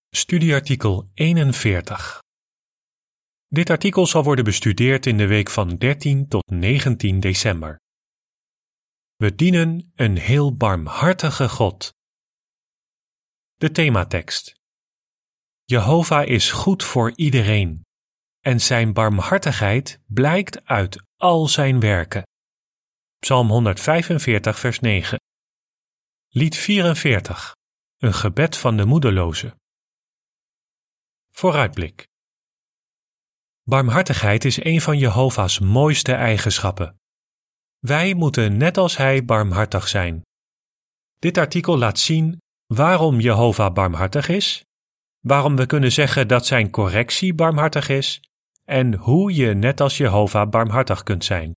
Studieartikel 41. Dit artikel zal worden bestudeerd in de week van 13 tot 19 december. We dienen een heel barmhartige God. De thematekst. Jehovah is goed voor iedereen en zijn barmhartigheid blijkt uit al zijn werken. Psalm 145 vers 9. Lied 44. Een gebed van de moedeloze. Vooruitblik. Barmhartigheid is een van Jehovah's mooiste eigenschappen. Wij moeten net als hij barmhartig zijn. Dit artikel laat zien waarom Jehovah barmhartig is, waarom we kunnen zeggen dat zijn correctie barmhartig is en hoe je net als Jehovah barmhartig kunt zijn.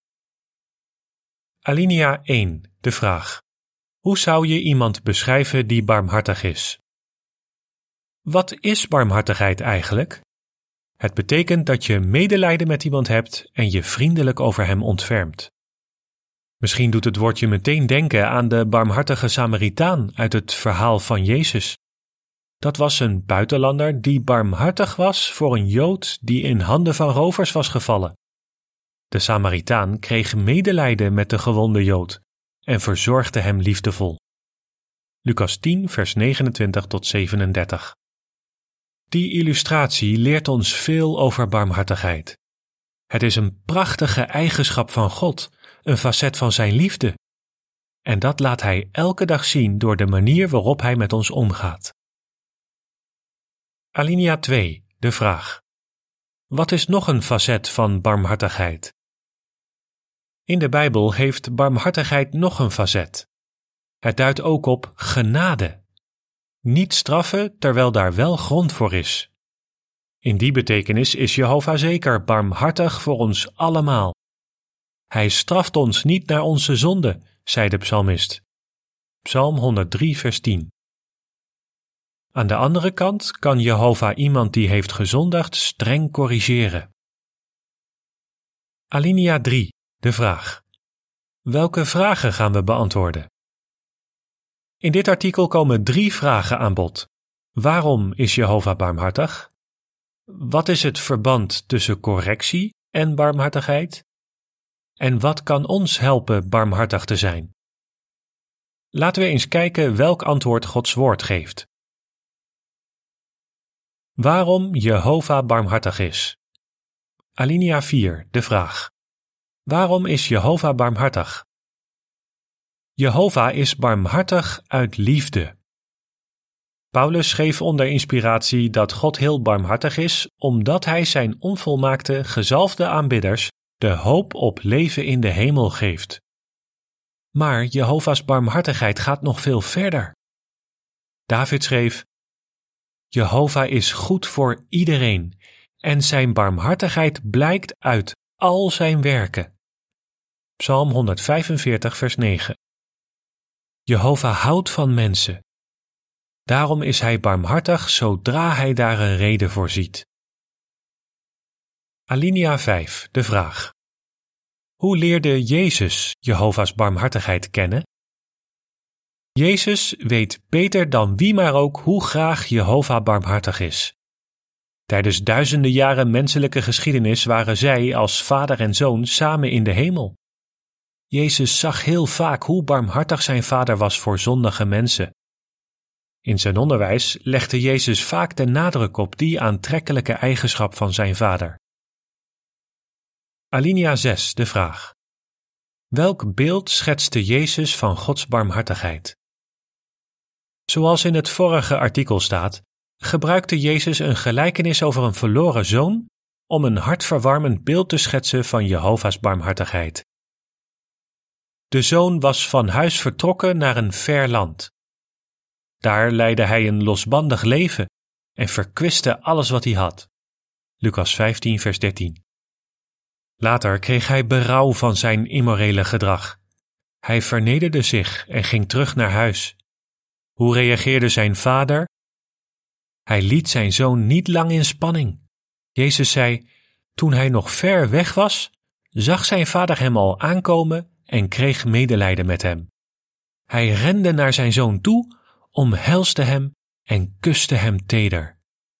Alinea 1. De vraag. Hoe zou je iemand beschrijven die barmhartig is? Wat is barmhartigheid eigenlijk? Het betekent dat je medelijden met iemand hebt en je vriendelijk over hem ontfermt. Misschien doet het woordje meteen denken aan de barmhartige Samaritaan uit het verhaal van Jezus. Dat was een buitenlander die barmhartig was voor een Jood die in handen van rovers was gevallen. De Samaritaan kreeg medelijden met de gewonde Jood en verzorgde hem liefdevol. Lucas 10 vers 29 tot 37. Die illustratie leert ons veel over barmhartigheid. Het is een prachtige eigenschap van God, een facet van zijn liefde. En dat laat hij elke dag zien door de manier waarop hij met ons omgaat. Alinea 2. De vraag. Wat is nog een facet van barmhartigheid? In de Bijbel heeft barmhartigheid nog een facet. Het duidt ook op genade. Niet straffen terwijl daar wel grond voor is. In die betekenis is Jehovah zeker barmhartig voor ons allemaal. Hij straft ons niet naar onze zonde, zei de psalmist. Psalm 103 vers 10. Aan de andere kant kan Jehovah iemand die heeft gezondigd streng corrigeren. Alinea 3. De vraag. Welke vragen gaan we beantwoorden? In dit artikel komen 3 vragen aan bod. Waarom is Jehovah barmhartig? Wat is het verband tussen correctie en barmhartigheid? En wat kan ons helpen barmhartig te zijn? Laten we eens kijken welk antwoord Gods woord geeft. Waarom Jehovah barmhartig is? Alinea 4. De vraag. Waarom is Jehovah barmhartig? Jehovah is barmhartig uit liefde. Paulus schreef onder inspiratie dat God heel barmhartig is, omdat hij zijn onvolmaakte, gezalfde aanbidders de hoop op leven in de hemel geeft. Maar Jehovah's barmhartigheid gaat nog veel verder. David schreef: Jehovah is goed voor iedereen en zijn barmhartigheid blijkt uit al zijn werken. Psalm 145 vers 9. Jehovah houdt van mensen. Daarom is hij barmhartig zodra hij daar een reden voor ziet. Alinea 5. De vraag. Hoe leerde Jezus Jehovah's barmhartigheid kennen? Jezus weet beter dan wie maar ook hoe graag Jehovah barmhartig is. Tijdens duizenden jaren menselijke geschiedenis waren zij als vader en zoon samen in de hemel. Jezus zag heel vaak hoe barmhartig zijn vader was voor zondige mensen. In zijn onderwijs legde Jezus vaak de nadruk op die aantrekkelijke eigenschap van zijn vader. Alinea 6. De vraag. Welk beeld schetste Jezus van Gods barmhartigheid? Zoals in het vorige artikel staat, gebruikte Jezus een gelijkenis over een verloren zoon om een hartverwarmend beeld te schetsen van Jehovah's barmhartigheid. De zoon was van huis vertrokken naar een ver land. Daar leidde hij een losbandig leven en verkwiste alles wat hij had. Lucas 15 vers 13. Later kreeg hij berouw van zijn immorele gedrag. Hij vernederde zich en ging terug naar huis. Hoe reageerde zijn vader? Hij liet zijn zoon niet lang in spanning. Jezus zei: toen hij nog ver weg was, zag zijn vader hem al aankomen en kreeg medelijden met hem. Hij rende naar zijn zoon toe, omhelsde hem en kuste hem teder.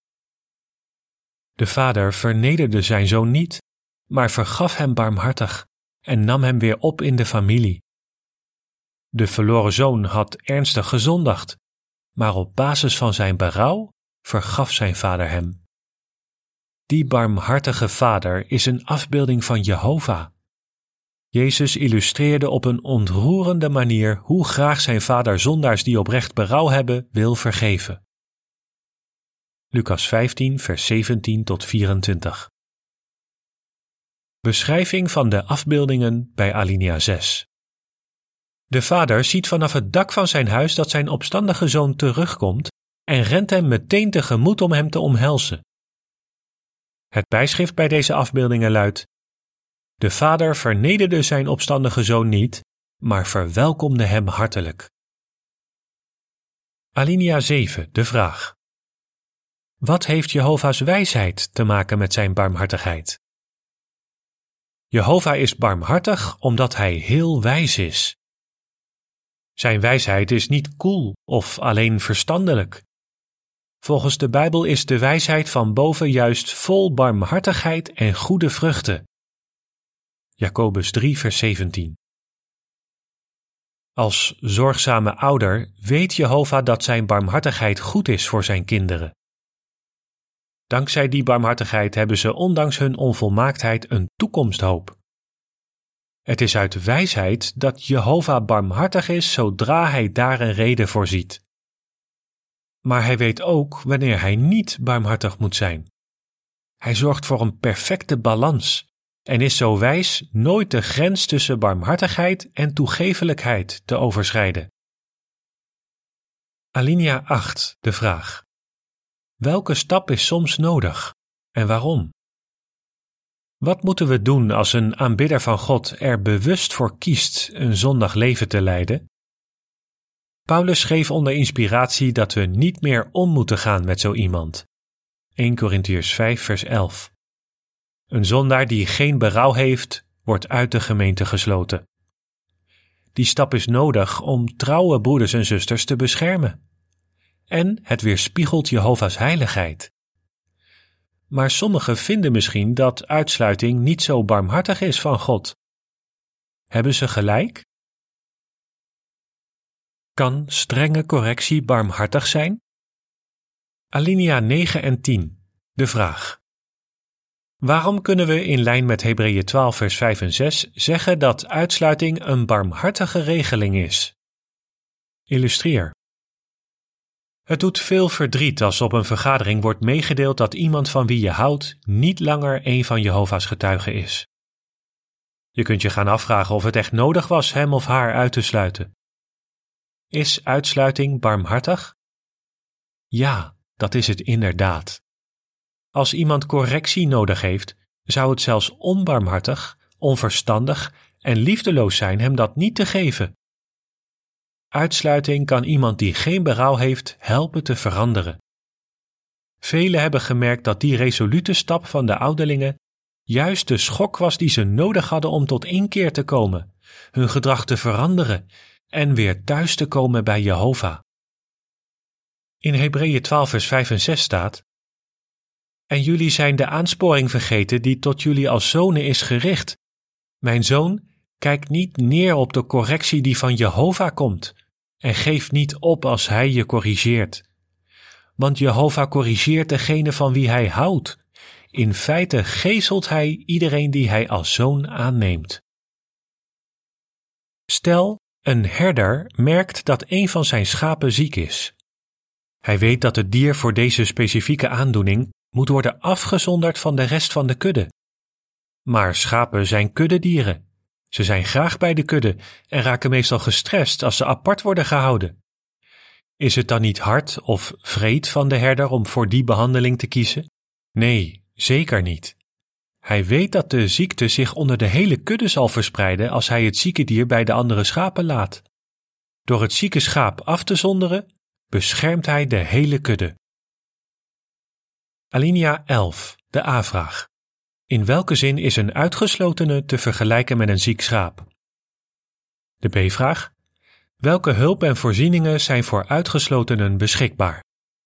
De vader vernederde zijn zoon niet, maar vergaf hem barmhartig en nam hem weer op in de familie. De verloren zoon had ernstig gezondigd, maar op basis van zijn berouw vergaf zijn vader hem. Die barmhartige vader is een afbeelding van Jehovah. Jezus illustreerde op een ontroerende manier hoe graag zijn vader zondaars die oprecht berouw hebben wil vergeven. Lucas 15, vers 17 tot 24. Beschrijving van de afbeeldingen bij alinea 6. De vader ziet vanaf het dak van zijn huis dat zijn opstandige zoon terugkomt en rent hem meteen tegemoet om hem te omhelzen. Het bijschrift bij deze afbeeldingen luidt: de vader vernederde zijn opstandige zoon niet, maar verwelkomde hem hartelijk. Alinea 7, de vraag. Wat heeft Jehovah's wijsheid te maken met zijn barmhartigheid? Jehovah is barmhartig omdat hij heel wijs is. Zijn wijsheid is niet koel of alleen verstandelijk. Volgens de Bijbel is de wijsheid van boven juist vol barmhartigheid en goede vruchten. Jacobus 3, vers 17. Als zorgzame ouder weet Jehovah dat zijn barmhartigheid goed is voor zijn kinderen. Dankzij die barmhartigheid hebben ze ondanks hun onvolmaaktheid een toekomsthoop. Het is uit wijsheid dat Jehovah barmhartig is zodra hij daar een reden voor ziet. Maar hij weet ook wanneer hij niet barmhartig moet zijn. Hij zorgt voor een perfecte balans en is zo wijs nooit de grens tussen barmhartigheid en toegefelijkheid te overschrijden. Alinea 8, de vraag. Welke stap is soms nodig en waarom? Wat moeten we doen als een aanbidder van God er bewust voor kiest een zondig leven te leiden? Paulus schreef onder inspiratie dat we niet meer om moeten gaan met zo iemand. 1 Korintiërs 5 vers 11. Een zondaar die geen berouw heeft, wordt uit de gemeente gesloten. Die stap is nodig om trouwe broeders en zusters te beschermen. En het weerspiegelt Jehovah's heiligheid. Maar sommigen vinden misschien dat uitsluiting niet zo barmhartig is van God. Hebben ze gelijk? Kan strenge correctie barmhartig zijn? Alinea 9 en 10, de vraag. Waarom kunnen we in lijn met Hebreeën 12 vers 5 en 6 zeggen dat uitsluiting een barmhartige regeling is? Illustreer. Het doet veel verdriet als op een vergadering wordt meegedeeld dat iemand van wie je houdt niet langer een van Jehovah's getuigen is. Je kunt je gaan afvragen of het echt nodig was hem of haar uit te sluiten. Is uitsluiting barmhartig? Ja, dat is het inderdaad. Als iemand correctie nodig heeft, zou het zelfs onbarmhartig, onverstandig en liefdeloos zijn hem dat niet te geven. Uitsluiting kan iemand die geen berouw heeft helpen te veranderen. Velen hebben gemerkt dat die resolute stap van de ouderlingen juist de schok was die ze nodig hadden om tot inkeer te komen, hun gedrag te veranderen en weer thuis te komen bij Jehovah. In Hebreeën 12 vers 5 en 6 staat: En jullie zijn de aansporing vergeten die tot jullie als zonen is gericht. Mijn zoon, kijk niet neer op de correctie die van Jehovah komt en geef niet op als hij je corrigeert. Want Jehovah corrigeert degene van wie hij houdt. In feite geeselt hij iedereen die hij als zoon aanneemt. Stel, een herder merkt dat een van zijn schapen ziek is. Hij weet dat het dier voor deze specifieke aandoening moet worden afgezonderd van de rest van de kudde. Maar schapen zijn kuddedieren. Ze zijn graag bij de kudde en raken meestal gestrest als ze apart worden gehouden. Is het dan niet hard of wreed van de herder om voor die behandeling te kiezen? Nee, zeker niet. Hij weet dat de ziekte zich onder de hele kudde zal verspreiden als hij het zieke dier bij de andere schapen laat. Door het zieke schaap af te zonderen, beschermt hij de hele kudde. Alinea 11, de A-vraag. In welke zin is een uitgeslotene te vergelijken met een ziek schaap? De B-vraag. Welke hulp en voorzieningen zijn voor uitgeslotenen beschikbaar?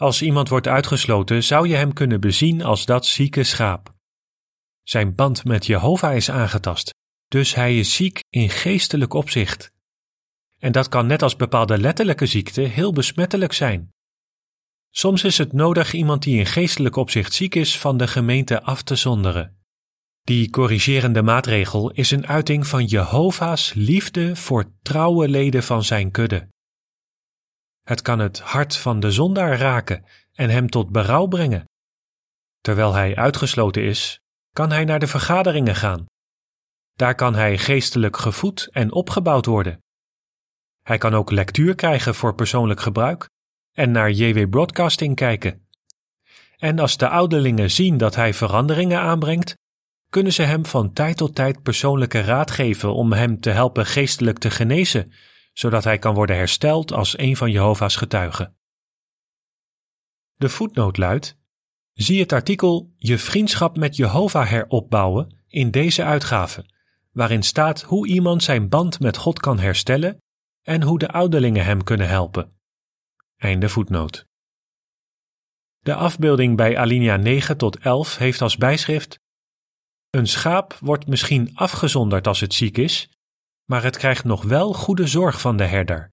Als iemand wordt uitgesloten, zou je hem kunnen bezien als dat zieke schaap. Zijn band met Jehovah is aangetast, dus hij is ziek in geestelijk opzicht. En dat kan net als bepaalde letterlijke ziekte heel besmettelijk zijn. Soms is het nodig iemand die in geestelijk opzicht ziek is van de gemeente af te zonderen. Die corrigerende maatregel is een uiting van Jehovah's liefde voor trouwe leden van zijn kudde. Het kan het hart van de zondaar raken en hem tot berouw brengen. Terwijl hij uitgesloten is, kan hij naar de vergaderingen gaan. Daar kan hij geestelijk gevoed en opgebouwd worden. Hij kan ook lectuur krijgen voor persoonlijk gebruik en naar JW Broadcasting kijken. En als de ouderlingen zien dat hij veranderingen aanbrengt, kunnen ze hem van tijd tot tijd persoonlijke raad geven om hem te helpen geestelijk te genezen, zodat hij kan worden hersteld als een van Jehovah's getuigen. De voetnoot luidt: zie het artikel Je vriendschap met Jehovah heropbouwen in deze uitgave, waarin staat hoe iemand zijn band met God kan herstellen en hoe de ouderlingen hem kunnen helpen. Einde voetnoot. De afbeelding bij alinea 9 tot 11 heeft als bijschrift: een schaap wordt misschien afgezonderd als het ziek is, maar het krijgt nog wel goede zorg van de herder.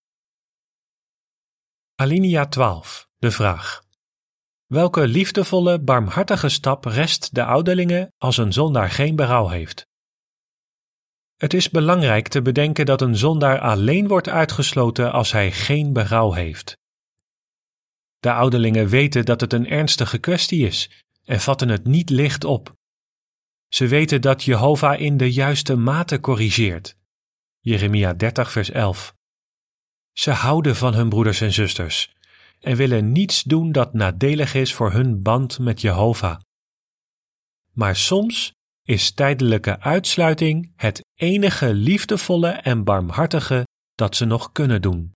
Alinea 12, de vraag: welke liefdevolle, barmhartige stap rest de ouderlingen als een zondaar geen berouw heeft? Het is belangrijk te bedenken dat een zondaar alleen wordt uitgesloten als hij geen berouw heeft. De ouderlingen weten dat het een ernstige kwestie is en vatten het niet licht op. Ze weten dat Jehovah in de juiste mate corrigeert. Jeremia 30 vers 11. Ze houden van hun broeders en zusters en willen niets doen dat nadelig is voor hun band met Jehovah. Maar soms is tijdelijke uitsluiting het enige liefdevolle en barmhartige dat ze nog kunnen doen.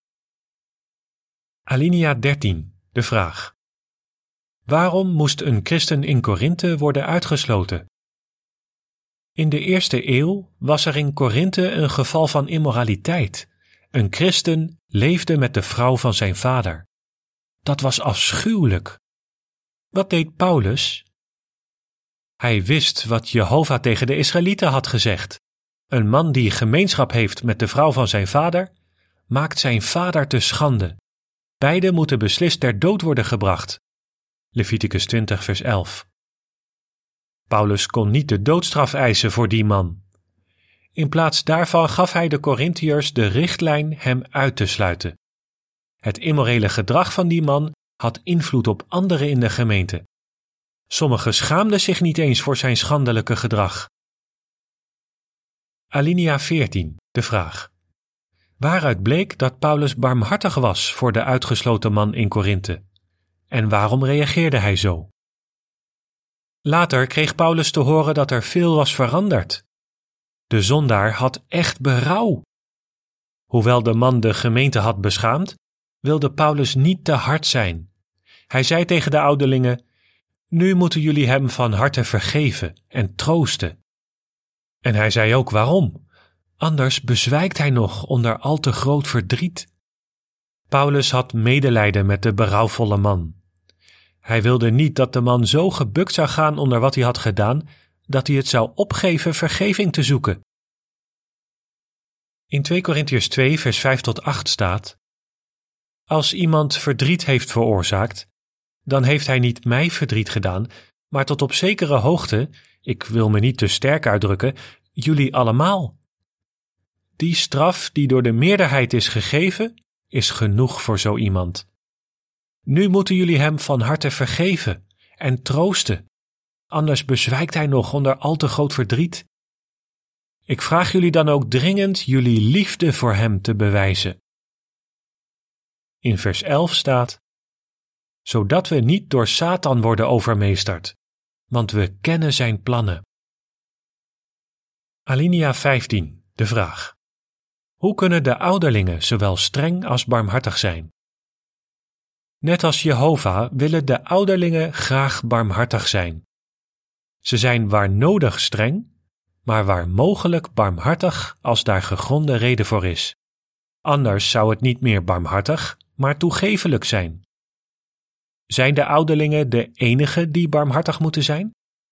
Alinea 13, de vraag: waarom moest een christen in Korinthe worden uitgesloten? In de eerste eeuw was er in Korinthe een geval van immoraliteit. Een christen leefde met de vrouw van zijn vader. Dat was afschuwelijk. Wat deed Paulus? Hij wist wat Jehovah tegen de Israëlieten had gezegd. Een man die gemeenschap heeft met de vrouw van zijn vader, maakt zijn vader te schande. Beiden moeten beslist ter dood worden gebracht. Leviticus 20 vers 11. Paulus kon niet de doodstraf eisen voor die man. In plaats daarvan gaf hij de Korintiërs de richtlijn hem uit te sluiten. Het immorele gedrag van die man had invloed op anderen in de gemeente. Sommigen schaamden zich niet eens voor zijn schandelijke gedrag. Alinea 14, de vraag: waaruit bleek dat Paulus barmhartig was voor de uitgesloten man in Korinthe? En waarom reageerde hij zo? Later kreeg Paulus te horen dat er veel was veranderd. De zondaar had echt berouw. Hoewel de man de gemeente had beschaamd, wilde Paulus niet te hard zijn. Hij zei tegen de ouderlingen: nu moeten jullie hem van harte vergeven en troosten. En hij zei ook waarom. Anders bezwijkt hij nog onder al te groot verdriet. Paulus had medelijden met de berouwvolle man. Hij wilde niet dat de man zo gebukt zou gaan onder wat hij had gedaan, dat hij het zou opgeven vergeving te zoeken. In 2 Korintiërs 2 vers 5 tot 8 staat: als iemand verdriet heeft veroorzaakt, dan heeft hij niet mij verdriet gedaan, maar tot op zekere hoogte, ik wil me niet te sterk uitdrukken, jullie allemaal. Die straf die door de meerderheid is gegeven, is genoeg voor zo iemand. Nu moeten jullie hem van harte vergeven en troosten, anders bezwijkt hij nog onder al te groot verdriet. Ik vraag jullie dan ook dringend jullie liefde voor hem te bewijzen. In vers 11 staat: zodat we niet door Satan worden overmeesterd, want we kennen zijn plannen. Alinea 15, de vraag: hoe kunnen de ouderlingen zowel streng als barmhartig zijn? Net als Jehovah willen de ouderlingen graag barmhartig zijn. Ze zijn waar nodig streng, maar waar mogelijk barmhartig als daar gegronde reden voor is. Anders zou het niet meer barmhartig, maar toegefelijk zijn. Zijn de ouderlingen de enige die barmhartig moeten zijn?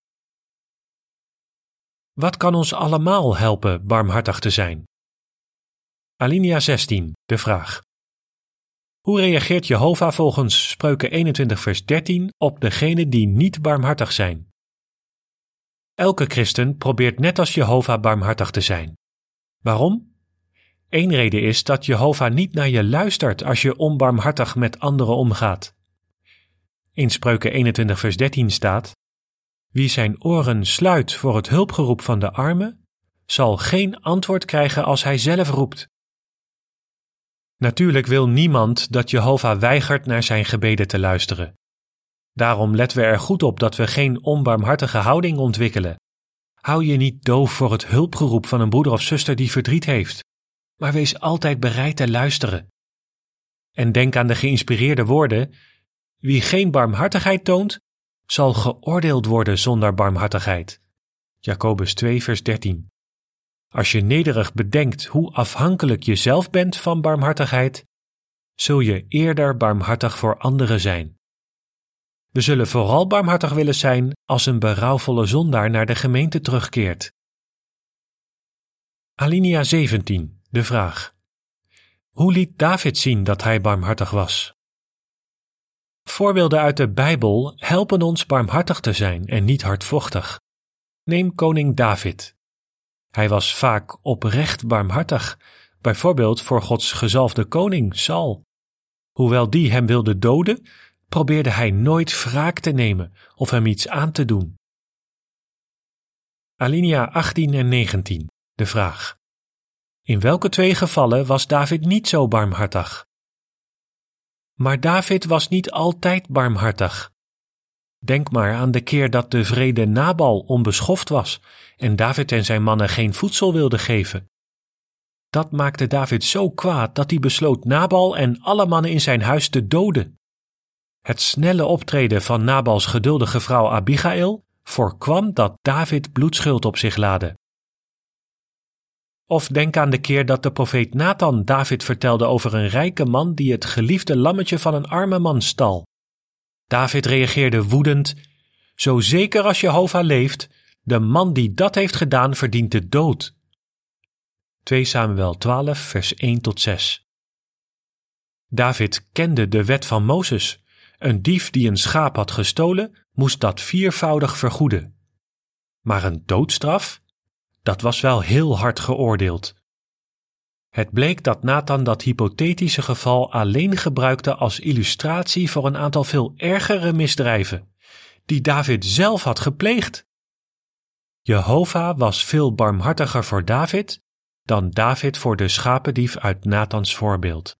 Wat kan ons allemaal helpen barmhartig te zijn? Alinea 16, de vraag. Hoe reageert Jehovah volgens Spreuken 21 vers 13 op degenen die niet barmhartig zijn? Elke christen probeert net als Jehovah barmhartig te zijn. Waarom? Eén reden is dat Jehovah niet naar je luistert als je onbarmhartig met anderen omgaat. In Spreuken 21 vers 13 staat: Wie zijn oren sluit voor het hulpgeroep van de armen, zal geen antwoord krijgen als hij zelf roept. Natuurlijk wil niemand dat Jehovah weigert naar zijn gebeden te luisteren. Daarom letten we er goed op dat we geen onbarmhartige houding ontwikkelen. Hou je niet doof voor het hulpgeroep van een broeder of zuster die verdriet heeft, maar wees altijd bereid te luisteren. En denk aan de geïnspireerde woorden: Wie geen barmhartigheid toont, zal geoordeeld worden zonder barmhartigheid. Jacobus 2 vers 13. Als je nederig bedenkt hoe afhankelijk je zelf bent van barmhartigheid, zul je eerder barmhartig voor anderen zijn. We zullen vooral barmhartig willen zijn als een berouwvolle zondaar naar de gemeente terugkeert. Alinea 17, de vraag. Hoe liet David zien dat hij barmhartig was? Voorbeelden uit de Bijbel helpen ons barmhartig te zijn en niet hardvochtig. Neem koning David. Hij was vaak oprecht barmhartig, bijvoorbeeld voor Gods gezalfde koning Saul. Hoewel die hem wilde doden, probeerde hij nooit wraak te nemen of hem iets aan te doen. Alinea 18 en 19, de vraag. In welke twee gevallen was David niet zo barmhartig? Maar David was niet altijd barmhartig. Denk maar aan de keer dat de wrede Nabal onbeschoft was en David en zijn mannen geen voedsel wilden geven. Dat maakte David zo kwaad dat hij besloot Nabal en alle mannen in zijn huis te doden. Het snelle optreden van Nabals geduldige vrouw Abigail voorkwam dat David bloedschuld op zich laadde. Of denk aan de keer dat de profeet Nathan David vertelde over een rijke man die het geliefde lammetje van een arme man stal. David reageerde woedend: Zo zeker als Jehovah leeft, de man die dat heeft gedaan verdient de dood. 2 Samuel 12 vers 1 tot 6. David kende de wet van Mozes. Een dief die een schaap had gestolen, moest dat viervoudig vergoeden. Maar een doodstraf? Dat was wel heel hard geoordeeld. Het bleek dat Nathan dat hypothetische geval alleen gebruikte als illustratie voor een aantal veel ergere misdrijven, die David zelf had gepleegd. Jehovah was veel barmhartiger voor David dan David voor de schapendief uit Nathans voorbeeld.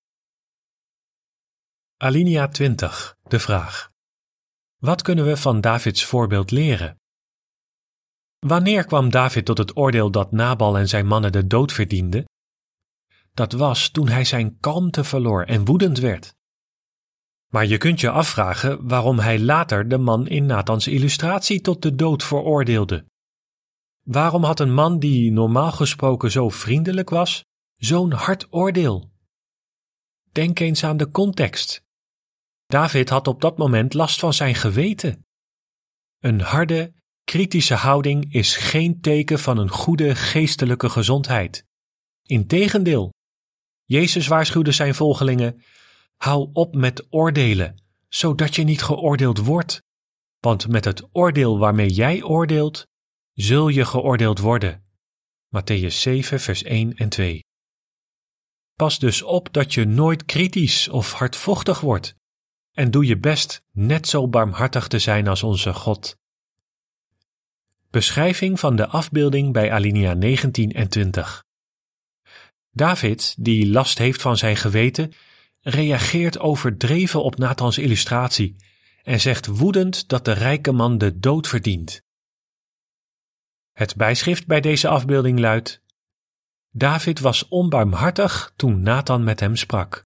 Alinea 20, de vraag. Wat kunnen we van Davids voorbeeld leren? Wanneer kwam David tot het oordeel dat Nabal en zijn mannen de dood verdienden? Dat was toen hij zijn kalmte verloor en woedend werd. Maar je kunt je afvragen waarom hij later de man in Nathans illustratie tot de dood veroordeelde. Waarom had een man die normaal gesproken zo vriendelijk was, zo'n hard oordeel? Denk eens aan de context. David had op dat moment last van zijn geweten. Een harde, kritische houding is geen teken van een goede geestelijke gezondheid. Integendeel, Jezus waarschuwde zijn volgelingen: hou op met oordelen, zodat je niet geoordeeld wordt. Want met het oordeel waarmee jij oordeelt, zul je geoordeeld worden. Mattheüs 7 vers 1 en 2. Pas dus op dat je nooit kritisch of hardvochtig wordt en doe je best net zo barmhartig te zijn als onze God. Beschrijving van de afbeelding bij alinea 19 en 20. David, die last heeft van zijn geweten, reageert overdreven op Nathans illustratie en zegt woedend dat de rijke man de dood verdient. Het bijschrift bij deze afbeelding luidt: David was onbarmhartig toen Nathan met hem sprak.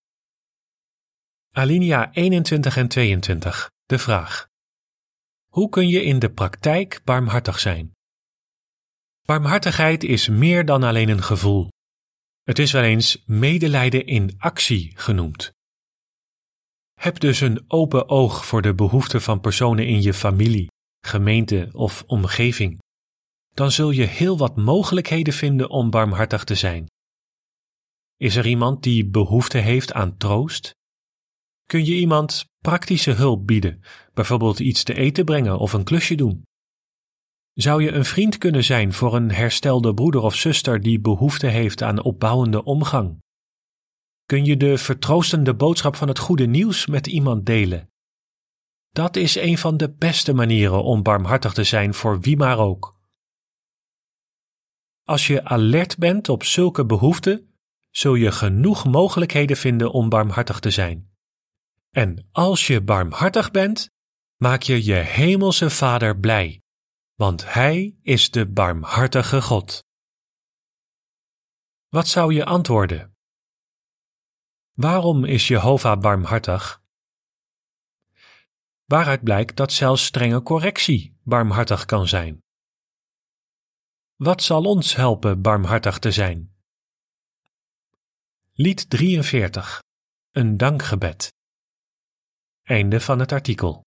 Alinea 21 en 22, de vraag. Hoe kun je in de praktijk barmhartig zijn? Barmhartigheid is meer dan alleen een gevoel. Het is wel eens medelijden in actie genoemd. Heb dus een open oog voor de behoeften van personen in je familie, gemeente of omgeving. Dan zul je heel wat mogelijkheden vinden om barmhartig te zijn. Is er iemand die behoefte heeft aan troost? Kun je iemand praktische hulp bieden, bijvoorbeeld iets te eten brengen of een klusje doen? Zou je een vriend kunnen zijn voor een herstelde broeder of zuster die behoefte heeft aan opbouwende omgang? Kun je de vertroostende boodschap van het goede nieuws met iemand delen? Dat is een van de beste manieren om barmhartig te zijn voor wie maar ook. Als je alert bent op zulke behoeften, zul je genoeg mogelijkheden vinden om barmhartig te zijn. En als je barmhartig bent, maak je je hemelse Vader blij, want Hij is de barmhartige God. Wat zou je antwoorden? Waarom is Jehovah barmhartig? Waaruit blijkt dat zelfs strenge correctie barmhartig kan zijn. Wat zal ons helpen barmhartig te zijn? Lied 43. Een dankgebed. Einde van het artikel.